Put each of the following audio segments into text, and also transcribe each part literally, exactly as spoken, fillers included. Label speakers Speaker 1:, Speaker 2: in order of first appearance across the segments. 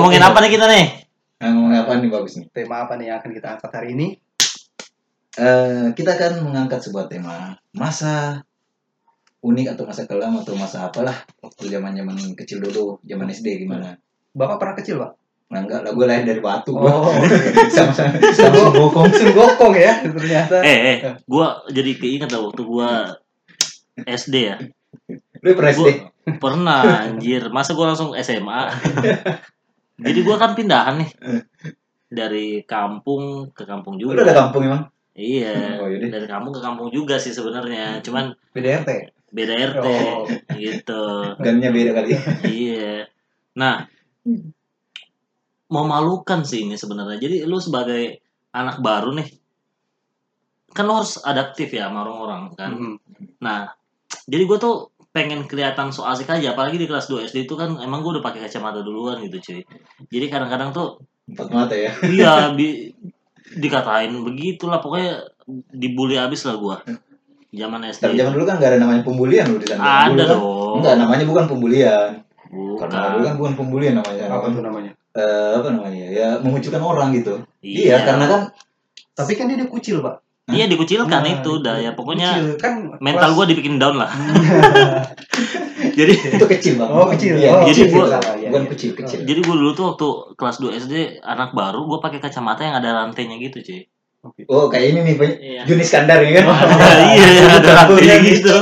Speaker 1: ngomongin apa nih kita nih?
Speaker 2: Nah, ngomongin apa nih bagus nih?
Speaker 3: Tema apa nih yang akan kita angkat hari ini?
Speaker 2: Uh, kita akan mengangkat sebuah tema masa unik atau masa kelam atau masa apalah waktu zaman zaman kecil dulu, zaman S D gimana?
Speaker 3: Bapak pernah kecil, Pak?
Speaker 2: Nah, enggak lah, gue lahir dari batu.
Speaker 3: Oh,
Speaker 2: sama-sama
Speaker 3: sama gokong, gokong ya ternyata.
Speaker 1: Eh, eh, gue jadi keinget lah waktu gue S D ya.
Speaker 2: Lu pernah S D?
Speaker 1: Gua pernah, anjir. Masa gue langsung S M A? Jadi gue kan pindahan nih dari kampung ke kampung juga.
Speaker 2: Lu udah kampung emang?
Speaker 1: Iya,
Speaker 2: oh,
Speaker 1: dari kampung ke kampung juga sih sebenarnya. Cuman
Speaker 3: beda R T.
Speaker 1: Beda R T, oh. Gitu.
Speaker 2: Gannya beda kali.
Speaker 1: Iya. Nah, memalukan sih ini sebenarnya. Jadi lu sebagai anak baru nih, kan lu harus adaptif ya sama orang-orang kan. Mm-hmm. Nah, jadi gue tuh pengen kelihatan so asik aja, apalagi di kelas dua S D itu kan emang gue udah pakai kacamata duluan gitu cuy. Jadi kadang-kadang tuh
Speaker 2: empat mata ya.
Speaker 1: Iya, di, dikatain begitulah, pokoknya dibully abis lah gue. Zaman S D.
Speaker 2: Tapi zaman dulu kan nggak ada namanya pembulian loh di sana.
Speaker 1: Ada
Speaker 2: kan,
Speaker 1: dong.
Speaker 2: Enggak, namanya bukan pembulian.
Speaker 1: Bukan.
Speaker 2: Karena dulu kan bukan pembulian namanya.
Speaker 3: Apa tuh namanya?
Speaker 2: Eh, uh, apa namanya? Ya mengucilkan orang gitu.
Speaker 1: Iya.
Speaker 2: Iya, karena kan.
Speaker 3: Tapi kan dia dikucil, Pak.
Speaker 1: Iya dikucilkan nah, itu udah ya pokoknya kan mental gue dibikin down lah. Jadi
Speaker 2: itu kecil Bang.
Speaker 3: Oh kecil.
Speaker 2: Iya,
Speaker 3: oh,
Speaker 1: jadi gue
Speaker 2: bukan kecil kecil.
Speaker 1: Jadi gue dulu tuh waktu kelas dua S D anak baru gue pakai kacamata yang ada rantainya gitu cuy.
Speaker 2: Oh kayak ini nih iya. Juni Iskandar ya kan?
Speaker 1: Oh, iya ada rantainya gitu.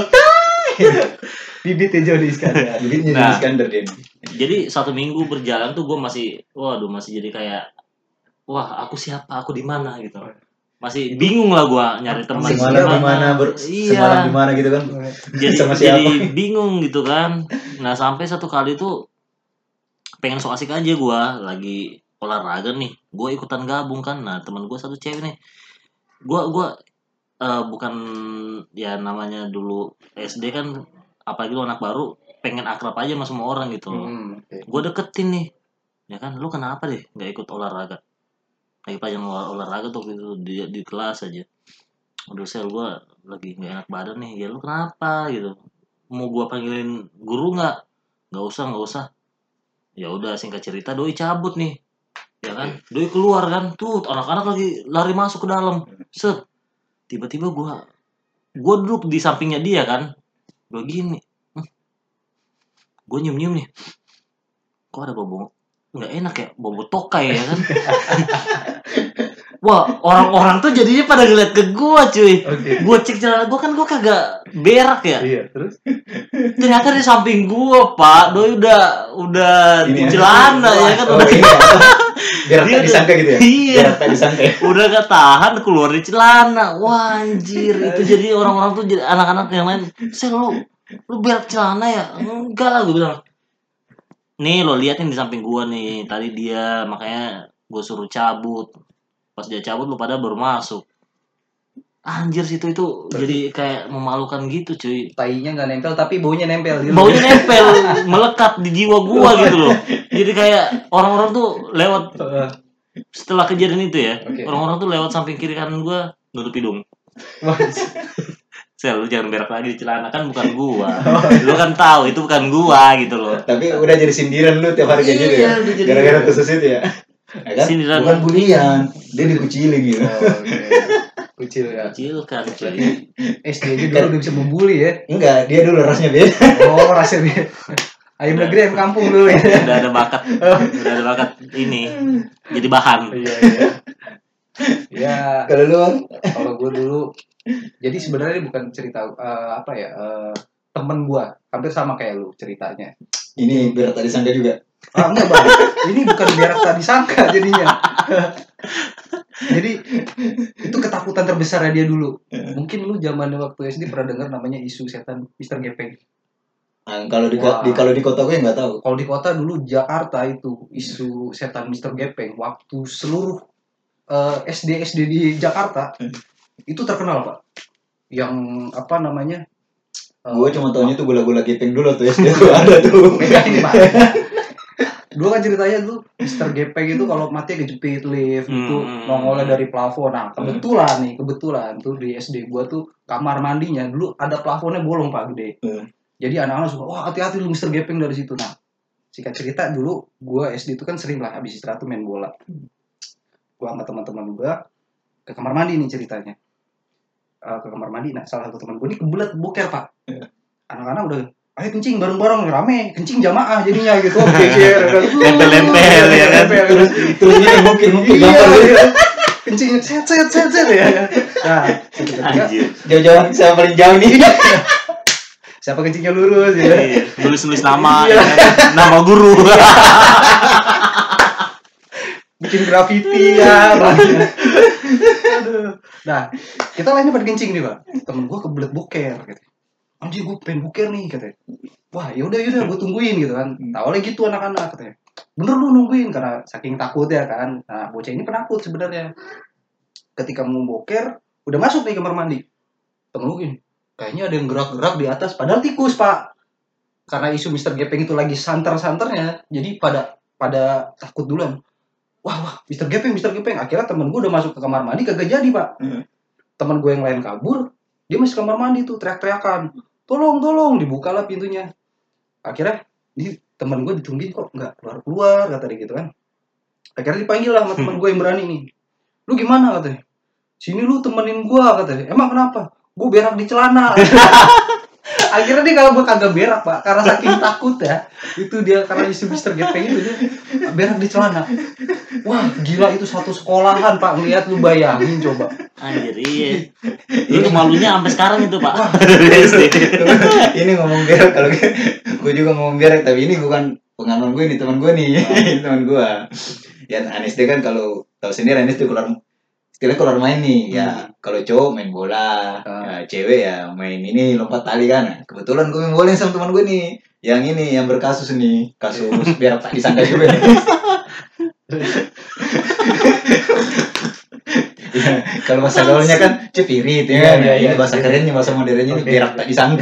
Speaker 3: Bibit ya Juni Iskandar.
Speaker 2: Bibit Juni nah, Iskandar dia.
Speaker 1: Jadi satu minggu berjalan tuh gue masih, waduh masih jadi kayak, wah aku siapa, aku di mana gitu. Masih bingung lah gue nyari teman
Speaker 2: semalam di mana ber
Speaker 1: iya.
Speaker 2: Semalam di mana gitu kan.
Speaker 1: Jadi sama siapa? Jadi bingung gitu kan. Nah, sampai satu kali tuh pengen so asik aja gue lagi olahraga nih. Gue ikutan gabung kan. Nah, teman gue satu cewek nih. Gue gua uh, bukan ya namanya dulu S D kan apalagi lu anak baru pengen akrab aja sama semua orang gitu loh. Hmm, okay. Gue deketin nih. Ya kan, lu kenapa deh nggak ikut olahraga? Lagi pajang olahraga tuh gitu di, di kelas aja. Aduh sel gue lagi nggak enak badan nih. Ya lu kenapa gitu? Mau gue panggilin guru nggak? Nggak usah nggak usah. Ya udah singkat cerita doi cabut nih. Ya kan? Doi keluar kan. Tuh anak-anak lagi lari masuk ke dalam. Set. Tiba-tiba gue gue duduk di sampingnya dia kan. Gue gini. Hm. Gue nyium-nyium nih. Kok ada bau nggak enak ya, bobo tokai ya kan. Wah, orang-orang tuh jadinya pada ngeliat ke gua cuy. Okay. Gua cek celana gua kan gua kagak berak ya.
Speaker 3: Iya, terus
Speaker 1: ternyata di samping gua, Pak, doi udah udah di celana ya kan.
Speaker 2: Oh,
Speaker 1: udah
Speaker 2: iya. Biar tak disangka gitu ya.
Speaker 1: Iya.
Speaker 2: Biar tak disangka.
Speaker 1: Udah gak tahan keluar di celana. Wah, anjir, itu jadi orang-orang tuh jadi anak-anak yang lain, "Sel lu lu berak celana ya?" Enggak lah, gua bilang. Nih lo liatin di samping gua nih, tadi dia makanya gua suruh cabut. Pas dia cabut lu pada baru masuk. Anjir situ itu jadi kayak memalukan gitu cuy.
Speaker 3: Tainya nggak nempel tapi baunya nempel gitu.
Speaker 1: Baunya nempel, melekat di jiwa gua gitu loh. Jadi kayak orang-orang tuh lewat setelah kejadian itu ya, okay. Orang-orang tuh lewat samping kiri kanan gua nutup hidung. Sel, lu jangan berak lagi di celana, kan bukan gua. Lu kan tahu itu bukan gua gitu loh.
Speaker 2: Tapi udah jadi sindiran lu tiap hari kayak gitu ya. Gara-gara khusus itu ya. Ya kan?
Speaker 1: Sindiran
Speaker 2: bukan bulian, dia dikucilin gitu.
Speaker 3: Oh, okay. Kucil ya.
Speaker 1: Kucil kan cuy.
Speaker 3: S D aja dulu udah bisa membuli ya.
Speaker 2: Enggak, dia dulu rasnya beda.
Speaker 3: Oh, rasnya beda. Ayam negeri ayam kampung dulu ya.
Speaker 1: Udah ada bakat. Udah ada bakat ini. Jadi bahan.
Speaker 3: Iya, iya. Ya,
Speaker 2: kalau lu
Speaker 3: kalau gua dulu jadi sebenarnya bukan cerita uh, apa ya uh, temen gua hampir sama kayak lu ceritanya.
Speaker 2: Ini biar tak disangka juga.
Speaker 3: Ah enggak bang, ini bukan biar tak disangka jadinya. Jadi itu ketakutan terbesarnya dia dulu. Mungkin lu zaman waktu S D pernah dengar namanya isu setan Mister Gepeng.
Speaker 2: Nah, kalau di, di kalau di kota gue nggak tahu.
Speaker 3: Kalau di kota dulu Jakarta itu isu setan Mister Gepeng waktu seluruh uh, S D S D di Jakarta itu terkenal pak. Yang apa namanya?
Speaker 2: Uh, gue cuma tahunya tuh gula-gula Gepeng dulu tuh S D tuh ada tuh.
Speaker 3: Beda ini pak. Dulu kan ceritanya tuh Mister Gepeng itu kalau mati kejepit lift hmm. itu nongolnya dari plafon. Nah kebetulan nih kebetulan tuh di S D gua tuh kamar mandinya dulu ada plafonnya bolong pak gede. Hmm. Jadi anak-anak suka wah hati-hati lu Mister Gepeng dari situ. Nah singkat cerita dulu gue S D itu kan sering lah habis istirahat tuh main bola. Gue sama teman-teman gue ke kamar mandi nih ceritanya. Uh, ke kamar mandi, nah salah satu teman gue ini kebelet boker pak. Anak-anak udah, ayo kencing bareng-bareng rame, kencing jamaah jadinya gitu. Geger,
Speaker 1: lempel-lempel ya kan.
Speaker 2: Terus terus ini mungkin mungkin
Speaker 3: iya, iya. Kencing set set set set ya. Nah,
Speaker 1: Anjir.
Speaker 2: jauh-jauh saya paling jauh nih.
Speaker 3: siapa kencingnya lurus ya.
Speaker 1: Iya, nulis-nulis nama ya kan? Nama guru.
Speaker 3: Bikin graffiti ya. Aduh. Nah, kita lainnya pada kencing nih, Pak. Temen gue kebelet boker gitu. Anjir, gue pengen boker nih katanya. Wah, yaudah yaudah gue tungguin gitu kan. Awalnya gitu anak-anak katanya. Bener lu nungguin karena saking takutnya kan. Nah, bocah ini penakut sebenarnya. Ketika mau boker, udah masuk nih kamar mandi. Temen gue gini, kayaknya ada yang gerak-gerak di atas, padahal tikus, Pak. Karena isu mister Gepeng itu lagi santer-santernya, jadi pada pada takut duluan. Wah, wah, mister Gepeng, mister Gepeng. Akhirnya temen gue udah masuk ke kamar mandi, kagak jadi, Pak. Hmm. Temen gue yang lain kabur, dia masih kamar mandi tuh, teriak-teriakan. Tolong, tolong, dibukalah pintunya. Akhirnya, di, temen gue ditungguin kok nggak keluar-keluar, kata dia gitu kan. Akhirnya dipanggil lah sama temen gue yang berani nih. Lu gimana, katanya? Sini lu temenin gue, katanya. Emang kenapa? Gue berak di celana. Akhirnya dia kalau gue kagak berak, Pak, karena saking takut ya. Itu dia karena isu mister Gepeng itu dia berak di celana. Wah, gila itu satu sekolahan, Pak. Ngeliat lu bayangin coba.
Speaker 1: Anjir, iya. Itu malunya sampai sekarang itu, Pak.
Speaker 2: Ini ngomong berak kalau gue juga ngomong berak, tapi ini bukan pengalaman gue, ini teman gue nih. Ini teman gue. Ya Anes dia kan kalau tahu sendiri Anes tuh keluar istilahnya keluar main nih, ya hmm. kalau cowok main bola, hmm. ya, cewek ya main ini lompat tali kan. Kebetulan gue main bola sama teman gue nih, yang ini yang berkasus nih, kasus biar tak disangka juga nih. Ya, kalau bahasa gaulnya kan cepirit ya kan, ya, ya, ini bahasa kerennya, bahasa modernnya ini biar tak disangka.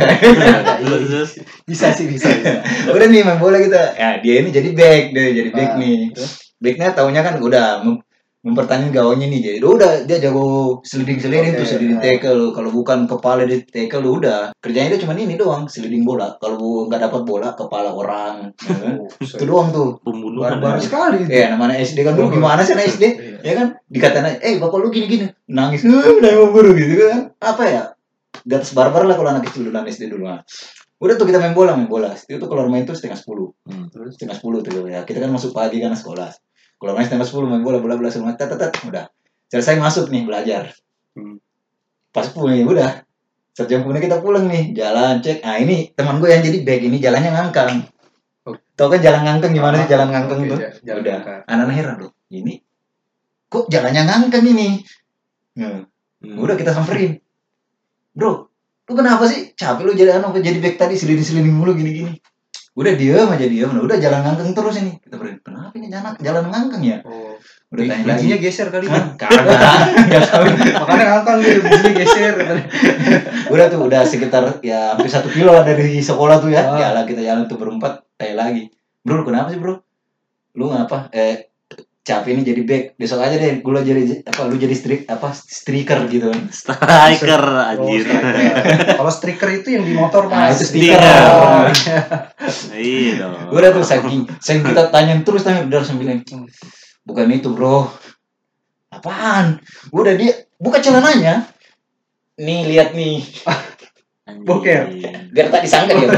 Speaker 2: Bisa sih bisa. bisa. Udah nih main bola kita, ya dia ini jadi back deh, jadi back ah, nih. Backnya taunya kan udah mempertahankan gawangnya nih, jadi udah dia jago seliding-seliding okay, tuh, seliding tackle. Kalau bukan kepala di tackle udah kerjanya dia cuma ini doang, seliding bola. Kalau nggak dapat bola kepala orang, ya kan? Itu doang tuh.
Speaker 1: Pembunuhan
Speaker 3: baru sekali.
Speaker 2: Ya namanya S D kan dulu gimana sih anak S D, ya kan? Dikatain, eh bapak lu gini-gini, nangis, nangis buru gitu kan? Apa ya? Gak barbar lah kalau anak kecil dulu S D dulu. Udah tuh kita main bola, main bola. Itu tuh keluar main tuh setengah sepuluh, hmm. terus setengah sepuluh tuh ya. Kita kan masuk pagi kan sekolah. Kalau main setengah sepuluh main bola, bola bola semua, tat tat udah selesai masuk nih belajar. Hmm. Pas pulang udah sejam kemudian kita pulang nih, jalan cek. Ah ini teman gue yang jadi back ini jalannya ngangkang. Oh. Tau kan jalan ngangkang gimana sih jalan ngangkang itu? Okay, ya, udah. Anak-anak heran loh, ini kok jalannya ngangkang ini? Hmm. Hmm. Udah kita samperin, bro, lu kenapa sih? Capek lu jadi anak jadi back tadi seliding-seliding mulu gini-gini. Udah diam aja diam, udah jalan ngangkeng terus ini. Kita beri, kenapa ini jalan jalan ngangkeng ya? Oh, udah tanya lagi. Bijinya geser kali kan? Kagak, enggak tahu. Makanya ngangkeng gitu, bijinya geser. Udah tuh, udah sekitar ya hampir satu kilo lah dari sekolah tuh ya. Oh. Jalan kita jalan tuh berempat, tanya lagi. Bro, kenapa sih bro? Lu ngapa? Eh, capek ini jadi back. Besok aja deh, gue jadi apa? Lu jadi strik apa? Striker gitu.
Speaker 1: Striker anjir.
Speaker 3: Oh, kalau striker itu yang di motor Pak.
Speaker 2: Nah, itu stiker. Oh. Iya dong. Udah tuh saking, saking kita tanyain terus tanya udah sembilan. Bukan itu bro. Apaan? Udah dia buka celananya. Nih lihat nih.
Speaker 3: Boker.
Speaker 2: Biar tak disangka dia.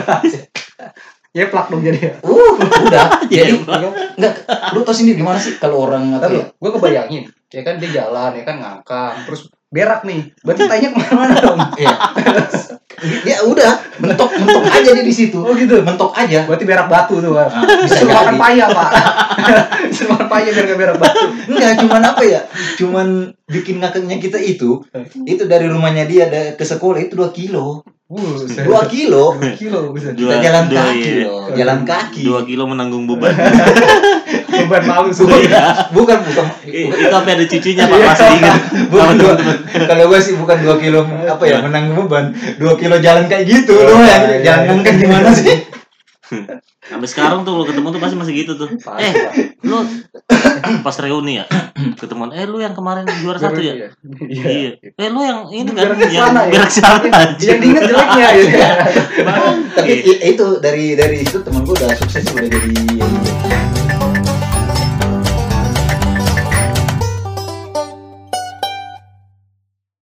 Speaker 3: Ya plak dong jadi.
Speaker 2: Uh, udah. Jadi enggak lu tau sendiri gimana sih kalau orang apa ya?
Speaker 3: Gue kebayangin, ya kan dia jalan, ya kan ngangkang, terus berak nih. Berarti tanya kemana-mana dong.
Speaker 2: Iya. Ya udah, mentok mentok aja dia di situ.
Speaker 3: Oh gitu,
Speaker 2: mentok aja.
Speaker 3: Berarti berak batu tuh, Pak. Nah, bisa makan paya, Pak. Bisa makan paya biar gak berak batu.
Speaker 2: Enggak, cuman apa ya? Cuman bikin ngakaknya kita itu, itu dari rumahnya dia ke sekolah itu dua kilo. Uh, dua kilo,
Speaker 3: dua kilo bisa.
Speaker 2: Kita jalan dua, kaki iya. loh, jalan kaki.
Speaker 1: Dua kilo menanggung beban.
Speaker 3: Beban malu
Speaker 2: bukan, bukan, bukan.
Speaker 1: Itu sampai ada cucunya Pak masih ingat.
Speaker 2: Bukan dua, kalau gue sih bukan dua kilo apa ya menanggung beban, dua kilo jalan kayak gitu loh ya, jalan ngangkat gimana sih?
Speaker 1: Sampai sekarang tuh lu ketemu tuh pasti masih gitu tuh.
Speaker 3: Pasti,
Speaker 1: Eh,
Speaker 3: Pak.
Speaker 1: lu pas reuni ya, ketemuan. Eh, lu yang kemarin juara satu ya?
Speaker 3: Iya.
Speaker 1: Iya. Eh, lu yang ini
Speaker 3: Lu
Speaker 1: kan
Speaker 3: berak
Speaker 1: yang
Speaker 3: sana ya?
Speaker 1: berak sana aja.
Speaker 3: Yang diinget jeleknya gitu.
Speaker 2: Tapi i- itu dari dari situ temen gue udah sukses udah jadi